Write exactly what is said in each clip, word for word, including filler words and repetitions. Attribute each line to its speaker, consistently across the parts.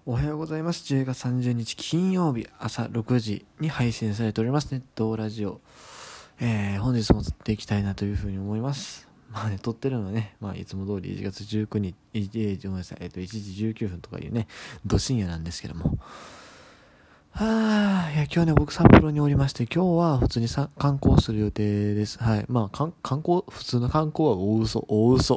Speaker 1: おはようございます。じゅうがつさんじゅうにち金曜日朝ろくじに配信されておりますネットラジオ、えー、本日も撮っていきたいなというふうに思います。まあね、撮ってるのはね、まあいつも通りいちがつじゅうくにち、えー、ごめんなさい、えっといちじじゅうきゅうふんとかいうね、ど深夜なんですけども。はあ、いや今日ね僕札幌におりまして、今日は普通にさ観光する予定です。はい、まあ観光普通の観光は大嘘大嘘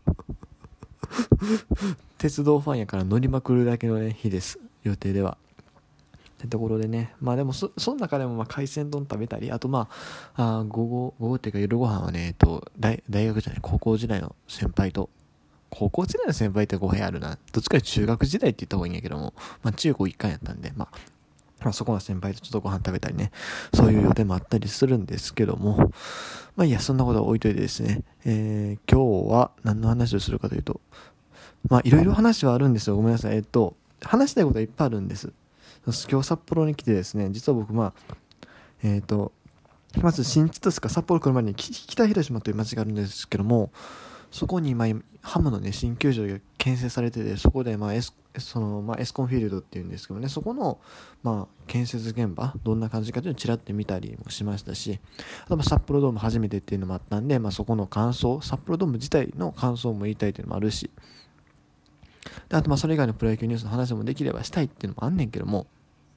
Speaker 1: 鉄道ファンやから乗りまくるだけの、ね、日です、予定では。ってところでね、まあでもそその中でもまあ海鮮丼食べたり、あとまあ、あ午後午後っていうか夜ご飯はね、えっと大大学じゃない高校時代の先輩と、高校時代の先輩って語弊あるな、どっちか中学時代って言った方がいいんやけども、まあ中高一貫やったんで、まあまあ、そこの先輩とちょっとご飯食べたりね、そういう予定もあったりするんですけども、まあいや、そんなことは置いといてですね、えー、今日は何の話をするかというと、まあいろいろ話はあるんですよ。ごめんなさい。えっと、話したいことはいっぱいあるんです。今日札幌に来てですね、実は僕、まあ、えっと、まず新千歳か札幌来る前に北広島という町があるんですけども、そこに今ハムのね新球場が建設されてて、そこでまあエスそのまあエスコンフィールドっていうんですけどね、そこのまあ建設現場どんな感じかというのをちらって見たりもしましたし、あとまあ札幌ドーム初めてっていうのもあったんで、まあそこの感想、札幌ドーム自体の感想も言いたいというのもあるし、であとまあそれ以外のプロ野球ニュースの話もできればしたいっていうのもあんねんけども、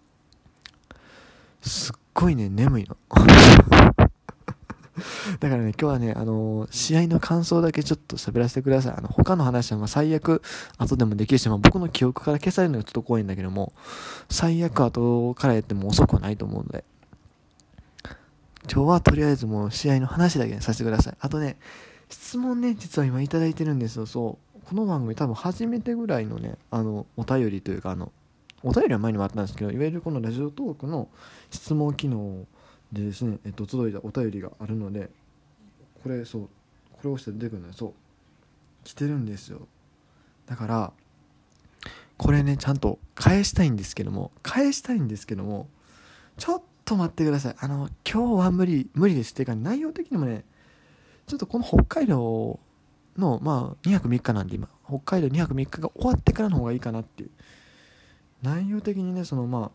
Speaker 1: すっごいね眠いのだからね、今日はね、あのー、試合の感想だけちょっと喋らせてください。あの、他の話はまあ最悪、後でもできるし、まあ、僕の記憶から消されるのがちょっと怖いんだけども、最悪後からやっても遅くはないと思うので、今日はとりあえずもう試合の話だけ、ね、させてください。あとね、質問ね、実は今いただいてるんですよ。そう。この番組多分初めてぐらいのね、あの、お便りというか、あの、お便りは前にもあったんですけど、いわゆるこのラジオトークの質問機能でですね、えっと、届いたお便りがあるので、これそうこれを押して出てくるのよ。そう来てるんですよ。だからこれねちゃんと返したいんですけども返したいんですけどもちょっと待ってください。あの今日は無理無理ですっていうか、内容的にもねちょっとこの北海道のまあにはくみっかなんで、今北海道にはくみっかが終わってからの方がいいかなっていう、内容的にね、そのまあ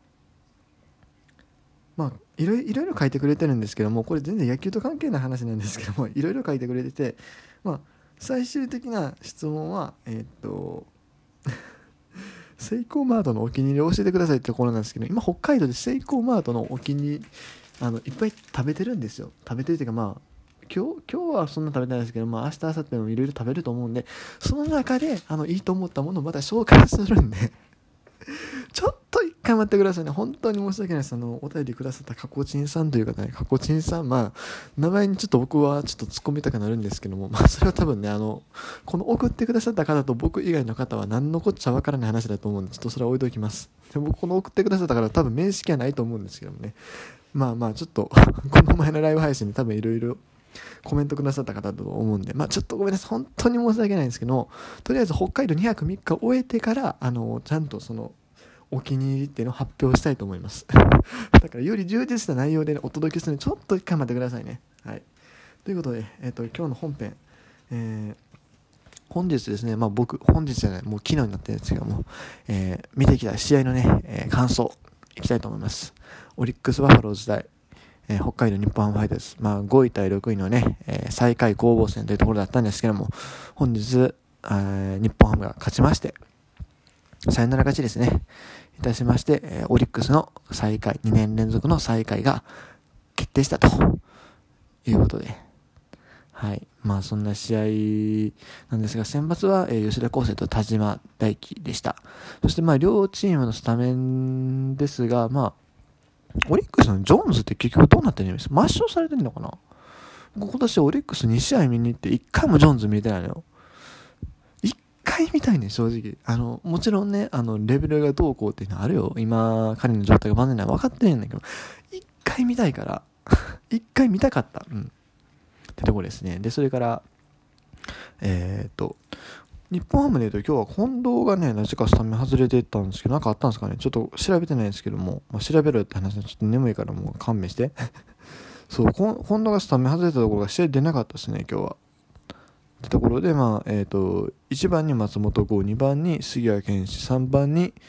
Speaker 1: まあいろいろいろ書いてくれてるんですけども、これ全然野球と関係ない話なんですけども、いろいろ書いてくれてて、まあ最終的な質問はえー、っとセイコーマートのお気に入りを教えてくださいってところなんですけど、今北海道でセイコーマートのお気に入りあのいっぱい食べてるんですよ。食べてるっていうか、まあ今日今日はそんな食べてないですけど、まあ明日明後日もいろいろ食べると思うんで、その中であのいいと思ったものをまた紹介するんでちょっと一回待ってくださいね。本当に申し訳ないです。あのお便りくださったカコチンさんという方ね、カコチンさん、まあ名前にちょっと僕はちょっと突っ込みたくなるんですけども、まあそれは多分ね、あのこの送ってくださった方と僕以外の方は何のこっちゃわからない話だと思うんで、ちょっとそれは置いておきます。で僕この送ってくださった方は多分面識はないと思うんですけどもね、まあまあちょっとこの前のライブ配信で多分いろいろコメントくださった方だと思うんで、まあちょっとごめんなさい、本当に申し訳ないんですけど、とりあえず北海道にはくみっか終えてからあのちゃんとそのお気に入りっていうのを発表したいと思いますだからより充実した内容で、ね、お届けするのでちょっと一回待ってくださいね。はい、ということで、えー、と今日の本編、えー、本日ですね、まあ僕本日じゃないもう昨日になってるんですけども、えー、見てきた試合のね、えー、感想いきたいと思います。オリックスバファローズ対、えー、北海道日本ハムファイターズ、まあ、ごい対ろくいのね、えー、最下位攻防戦というところだったんですけども、本日、えー、日本ハムが勝ちましてサヨナラ勝ちですねいたしまして、えー、オリックスの最下位にねん連続の最下位が決定したということで、はい、まあそんな試合なんですが、先発は、えー、吉田輝星と田島大輝でした。そしてまあ両チームのスタメンですが、まあオリックスのジョーンズって結局どうなってるんですか？抹消されてるのかな？今年オリックスに試合見に行っていっかいもジョーンズ見えてないのよ。いっかい見たいね、正直。あのもちろんね、あのレベルがどうこうっていうのはあるよ。今彼の状態が万全なのは分かってるんだけど、いっかい見たいからいっかい見たかった、うんってとこですね。でそれからえっ、ー、と日本ハムでいうと今日は近藤がねなぜかスタメン外れてたんですけど、なんかあったんですかね、ちょっと調べてないですけども、まあ、調べろって話はちょっと眠いからもう勘弁してそう近藤がスタメン外れたところが試合出なかったですね今日は。ってところで、まあえー、といちばんに松本剛、にばんに杉谷拳士、さんばんに、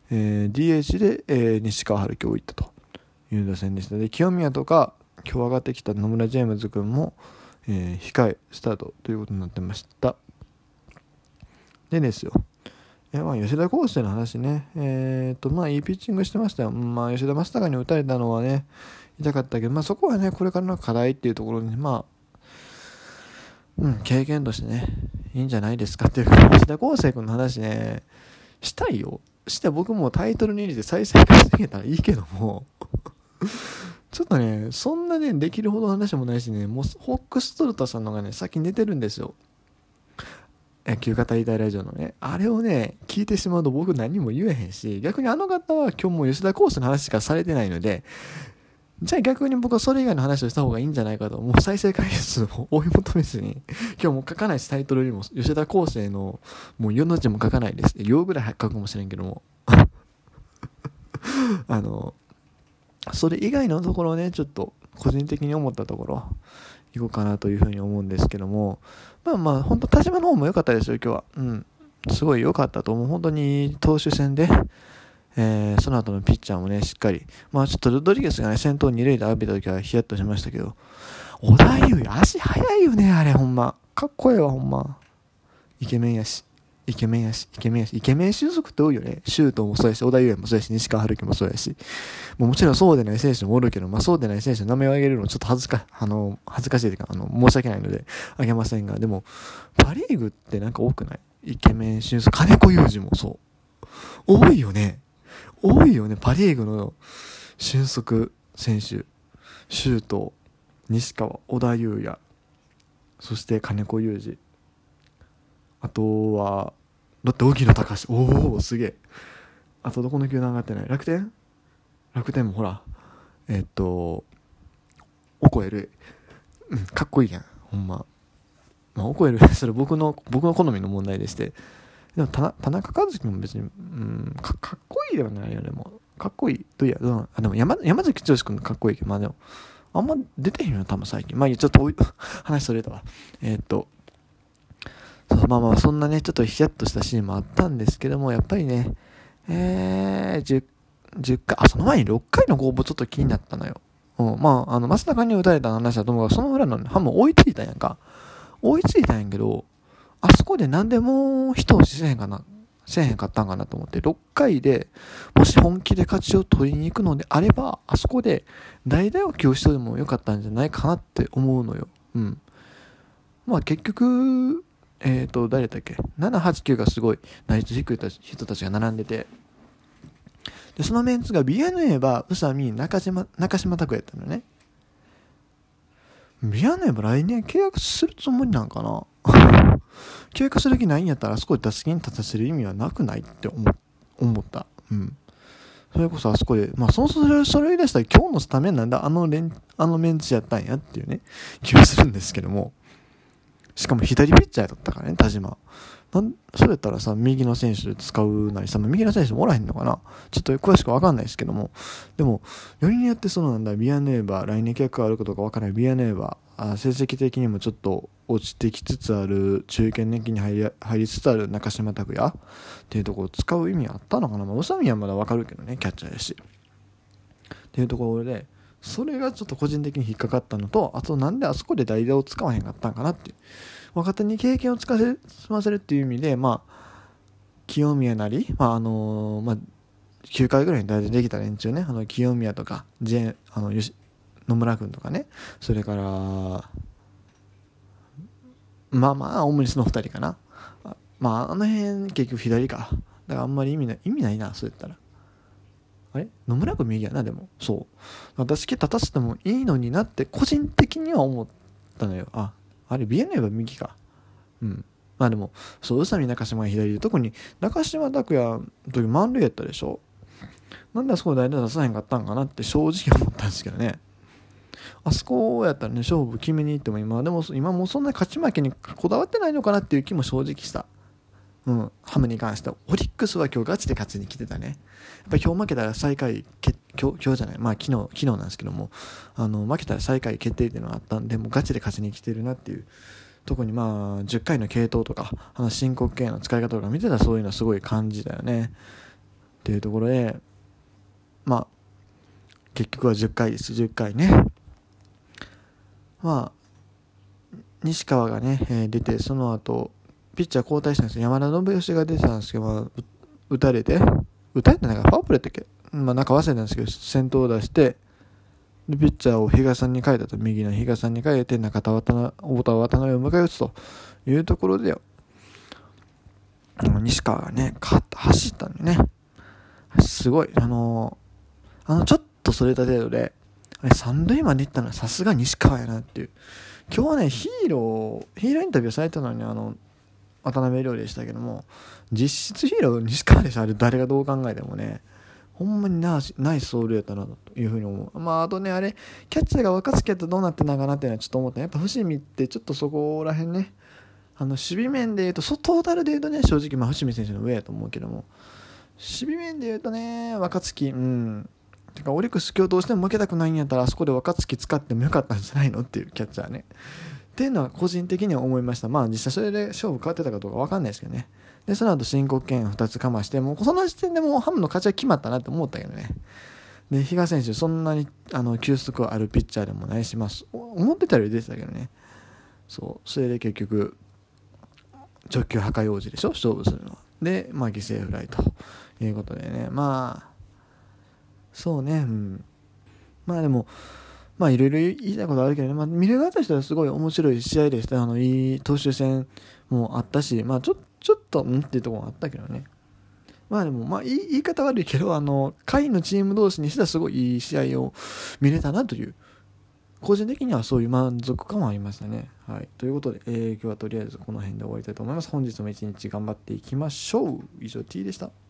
Speaker 1: えー、ディーエイチ で、えー、西川春樹を置いたという打線でした。で、清宮とか今日上がってきた野村ジェームズ君も、えー、控えスタートということになってました。でですよ、えーまあ、吉田康生の話ね、えーとまあ、いいピッチングしてましたよ。まあ、吉田正尚に打たれたのはね痛かったけど、まあ、そこはねこれからの課題っていうところに、まあうん、経験としてねいいんじゃないですかっていうか、吉田康生君の話ねしたいよ。して僕もタイトルに入れて再生稼げたらいいけどもちょっとねそんなねできるほどの話もないしね、もうホックストルタさんのがね先に出てるんですよ、野球語りたいラジオのね。あれをね聞いてしまうと僕何も言えへんし、逆にあの方は今日も吉田康生の話しかされてないので、じゃあ逆に僕はそれ以外の話をした方がいいんじゃないかと、もう再生回数を追い求めずに今日も書かないし、タイトルにも吉田康生のもう世の字も書かないです。よぐらい書くかもしれんけどもあのそれ以外のところをねちょっと個人的に思ったところいこうかなというふうに思うんですけども、まあまあ本当田島の方も良かったですよ今日は。うんすごい良かったと思う。本当に投手戦でえー、その後のピッチャーもねしっかり、まあちょっとロドリゲスがね先頭に塁で浴びた時はヒヤッとしましたけど、小田優也足速いよねあれ、ほんまかっこええわほんま。イケメンやしイケメンやしイケメンやしイケメン収束って多いよね。周東もそうやし小田優也もそうやし西川春樹もそうやし、もうもちろんそうでない選手もおるけど、まあそうでない選手の名前を挙げるのちょっと恥ずかあの恥ずかしいというかあの申し訳ないので挙げませんが、でもパ・リーグってなんか多くない？イケメン収束、金子裕二もそう多いよね。多いよねパ・リーグの俊足選手、周東、西川、小田優也、そして金子裕二、あとはだって荻野貴司、おおすげえ。あとどこの球団上がってない？楽天楽天もほらえー、っとオコエル、うん、かっこいいやんほんま。まあオコエルそれ僕の僕の好みの問題でして、でも田中和樹も別に、うん、か, かっこいいではないよね。もうかっこいいといや、うん、あでも 山, 山崎剛君かっこいいけど、まあでもあんま出てへんよ多分最近。まあちょっと話それたわ。えー、っとそうまあまあそんなねちょっとヒヤッとしたシーンもあったんですけども、やっぱりねえー、10, 10回あその前にろっかいの攻防ちょっと気になったのよ。うん、まああの増中に打たれた話だと思うが、その裏のハム追いついたやんか。追いついたんやけど、あそこでなんでもう一押しせへんかなせえへんかったんかなと思って、ろっかいでもし本気で勝ちを取りに行くのであれば、あそこで代打を起用してもよかったんじゃないかなって思うのよ。うん。まあ結局えっ、ー、と誰だっけななはちきゅうがすごい打率低い人たちが並んでて、でそのメンツが ビーエヌエー は宇佐美中島中島拓也やったのね。ビーエヌエー は来年契約するつもりなんかな契約する気ないんやったらあそこで打席に立たせる意味はなくないって思思った。うん。それこそあそこで、まあそうそれそれ言い出したら今日のスタメンなんだあのレンあのメンツやったんやっていうね気がするんですけども、しかも左ピッチャーだったからね田島。なんそれやったらさ右の選手で使うなりさ、右の選手もおらへんのかな、ちょっと詳しく分かんないですけども、でもよりによってそのなんだビアネーバー来年契約があることが分からないビアネーバー、成績的にもちょっと落ちてきつつある中堅年金に入り入りつつある中島拓也っていうところを使う意味あったのかな。まあ宇佐美はまだ分かるけどねキャッチャーやしっていうところで、それがちょっと個人的に引っかかったのと、あとなんであそこで代打を使わへんかったんかなっていう、若手に経験をつかせ済ませるっていう意味で、まあ清宮なり、まああのー、まあきゅうかいぐらいに代打できた連中ね、あの清宮とかジェあのよし野村君とかね、それからまあまあ大森そのふたりかな、あまああの辺結局左か、だからあんまり意味ない意味ないな、そうやったらあれ野村君右やな。でもそう打席立たせてもいいのになって個人的には思ったのよ。ああれ ビーエヌエー は右か。うんまあでもそう宇佐美中島が左で、特に中島拓也の時満塁やったでしょ。なんであそこで代打出さへんかったんかなって正直思ったんですけどね。あそこやったらね勝負決めに行っても今でも今もそんな勝ち負けにこだわってないのかなっていう気も正直した。うん、ハムに関してはオリックスは今日ガチで勝ちに来てたね。やっぱり今日負けたら最下位け今日今日じゃないまあ昨日昨日なんですけども、あの負けたら最下位決定っていうのがあったんで、もうガチで勝ちに来てるなっていう。特にまあじゅっかいの継投とかあの申告敬遠の使い方とか見てたらそういうのすごい感じだよねっっていうところで、まあ結局はじゅっかいです。じゅっかいね。まあ西川がね、えー、出て、その後ピッチャー交代したんですよ。山田信義が出てたんですけど、まあ、打たれて打たれてなんかファープレーだっけ、まあなんか忘れたんですけど、先頭を出してでピッチャーを比嘉さんに変えたと、右の比嘉さんに変えて中田渡辺太田渡辺を迎え撃つというところで、西川がね走ったんでね、すごいあのあのちょっとそれた程度であれ三塁まで行ったのはさすが西川やなっていう。今日はねヒーローヒーローインタビューされたのにあの渡辺亮でしたけども、実質ヒーロー西川でしょ。あれ誰がどう考えてもね、ほんまにナイス走塁やったなというふうに思う。まああとね、あれキャッチャーが若月やったらどうなってんのかなっていうのはちょっと思った。やっぱ伏見ってちょっとそこら辺ね、あの守備面でいうとトータルでいうとね、正直まあ伏見選手の上やと思うけども、守備面でいうとね若月、うんてかオリックス今日どうしても負けたくないんやったらあそこで若月使ってもよかったんじゃないのっていうキャッチャーねっていうのは個人的には思いました。まあ実際それで勝負変わってたかどうか分かんないですけどね。でその後申告敬遠ふたつかまして、もうその時点でもうハムの勝ちは決まったなって思ったけどね。で比嘉選手そんなにあの球速あるピッチャーでもないします、思ってたより出てたけどね。そうそれで結局直球破壊王子でしょ、勝負するのは。でまあ犠牲フライということでね、まあそうね、うん、まあでもまあいろいろ言いたいことあるけどね、まあ、見る側としてはすごい面白い試合でした。あのいい投手戦もあったし、まあちょちょっとうんっていうところもあったけどね。まあでもまあ言い言い方悪いけど、あの下位のチーム同士にしてはすごいいい試合を見れたなという、個人的にはそういう満足感はありましたね。はい、ということで、えー、今日はとりあえずこの辺で終わりたいと思います。本日も一日頑張っていきましょう。以上 T でした。